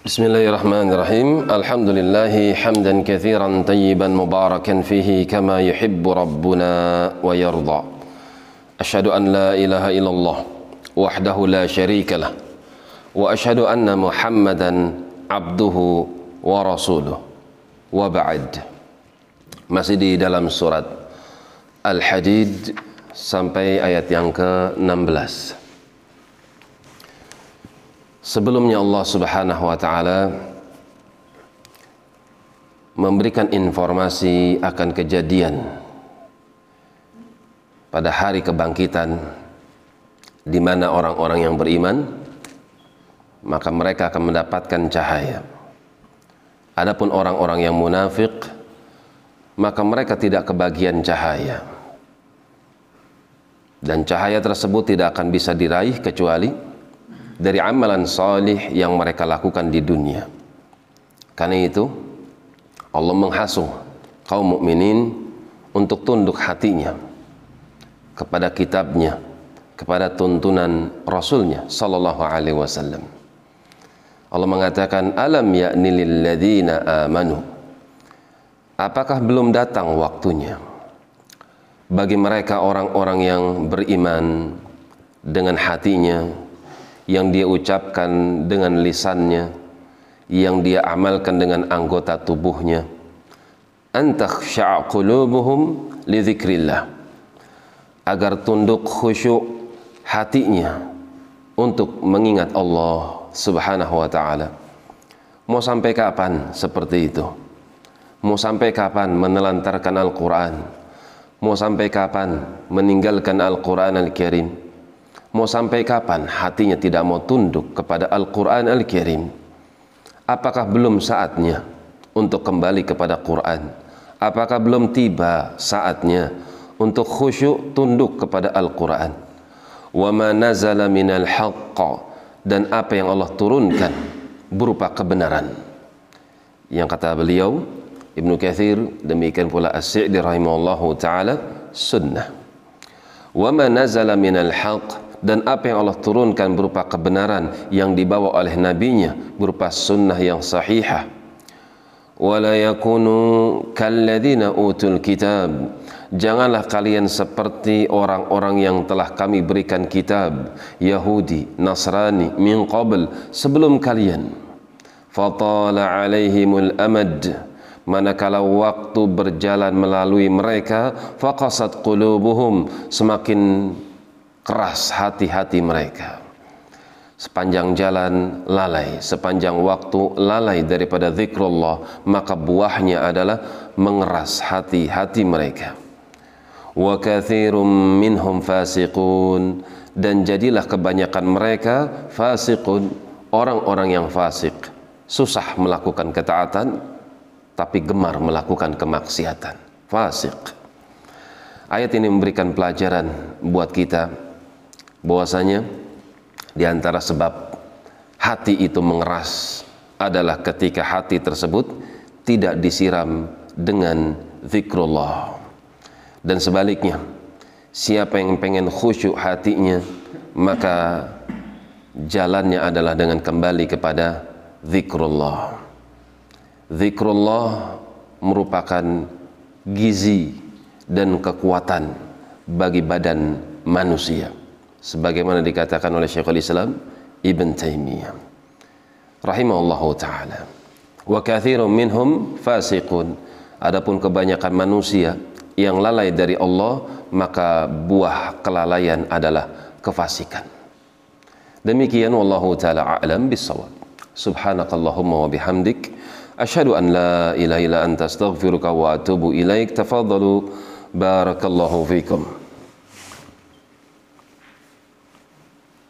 Bismillahirrahmanirrahim. Alhamdulillahi hamdan katsiran tayyiban mubarakan fihi kama yuhibbu rabbuna wa yarda. Asyhadu an la ilaha illallah wahdahu la syarika lah wa asyhadu anna Muhammadan abduhu wa rasuluh. Wa ba'd. Masih di dalam surat Al-Hadid sampai ayat yang ke-16. Sebelumnya Allah Subhanahu wa taala memberikan informasi akan kejadian pada hari kebangkitan di mana orang-orang yang beriman maka mereka akan mendapatkan cahaya. Adapun orang-orang yang munafik maka mereka tidak kebagian cahaya. Dan cahaya tersebut tidak akan bisa diraih kecuali dari amalan salih yang mereka lakukan di dunia. Karena itu Allah menghasuh kaum mukminin untuk tunduk hatinya kepada kitabnya, kepada tuntunan Rasulnya sallallahu alaihi wasallam. Allah mengatakan, alam ya'ni lil ladzina amanu, apakah belum datang waktunya bagi mereka orang-orang yang beriman dengan hatinya, yang dia ucapkan dengan lisannya, yang dia amalkan dengan anggota tubuhnya, antakhsha'a qulubuhum li dzikrillah, agar tunduk khusyuk hatinya untuk mengingat Allah Subhanahu wa taala. Mau sampai kapan seperti itu? Mau sampai kapan menelantarkan Al-Qur'an? Mau sampai kapan meninggalkan Al-Qur'an Al-Karim? Mau sampai kapan hatinya tidak mau tunduk kepada Al-Quran Al-Karim? Apakah belum saatnya untuk kembali kepada Quran? Apakah belum tiba saatnya untuk khusyuk tunduk kepada Al-Quran? Wa ma nazala minal haqq, dan apa yang Allah turunkan berupa kebenaran. Yang kata beliau Ibnu Katsir, demikian pula As-Sa'di rahimahullahu taala, sunnah. Wa ma nazala minal haqq, dan apa yang Allah turunkan berupa kebenaran yang dibawa oleh nabinya berupa sunnah yang sahihah. Wala yakunu kalladzina utul kitab, janganlah kalian seperti orang-orang yang telah kami berikan kitab, Yahudi, Nasrani, min qabl, sebelum kalian. Fatala alaihimul amad, manakala waktu berjalan melalui mereka, faqasat qulubuhum, semakin keras hati-hati mereka. Sepanjang jalan lalai, sepanjang waktu lalai daripada zikrullah, maka buahnya adalah mengeras hati-hati mereka. Wa katsirum minhum fasiqun, dan jadilah kebanyakan mereka fasiqun, orang-orang yang fasik, susah melakukan ketaatan tapi gemar melakukan kemaksiatan. Fasik. Ayat ini memberikan pelajaran buat kita bahwasanya di antara sebab hati itu mengeras adalah ketika hati tersebut tidak disiram dengan zikrullah. Dan sebaliknya, siapa yang pengen khusyuk hatinya, maka jalannya adalah dengan kembali kepada zikrullah. Zikrullah merupakan gizi dan kekuatan bagi badan manusia, sebagaimana dikatakan oleh Syekhul Islam Ibn Taimiyah rahimahullahu ta'ala. Wa katsirun minhum fasiqun, adapun kebanyakan manusia yang lalai dari Allah, maka buah kelalaian adalah kefasikan. Demikian, wallahu ta'ala a'lam bissawab. Subhanakallahumma wa bihamdik, asyhadu an la ilaha illa anta astaghfiruka wa atubu ilaik. Tafadhalu, barakallahu fikum.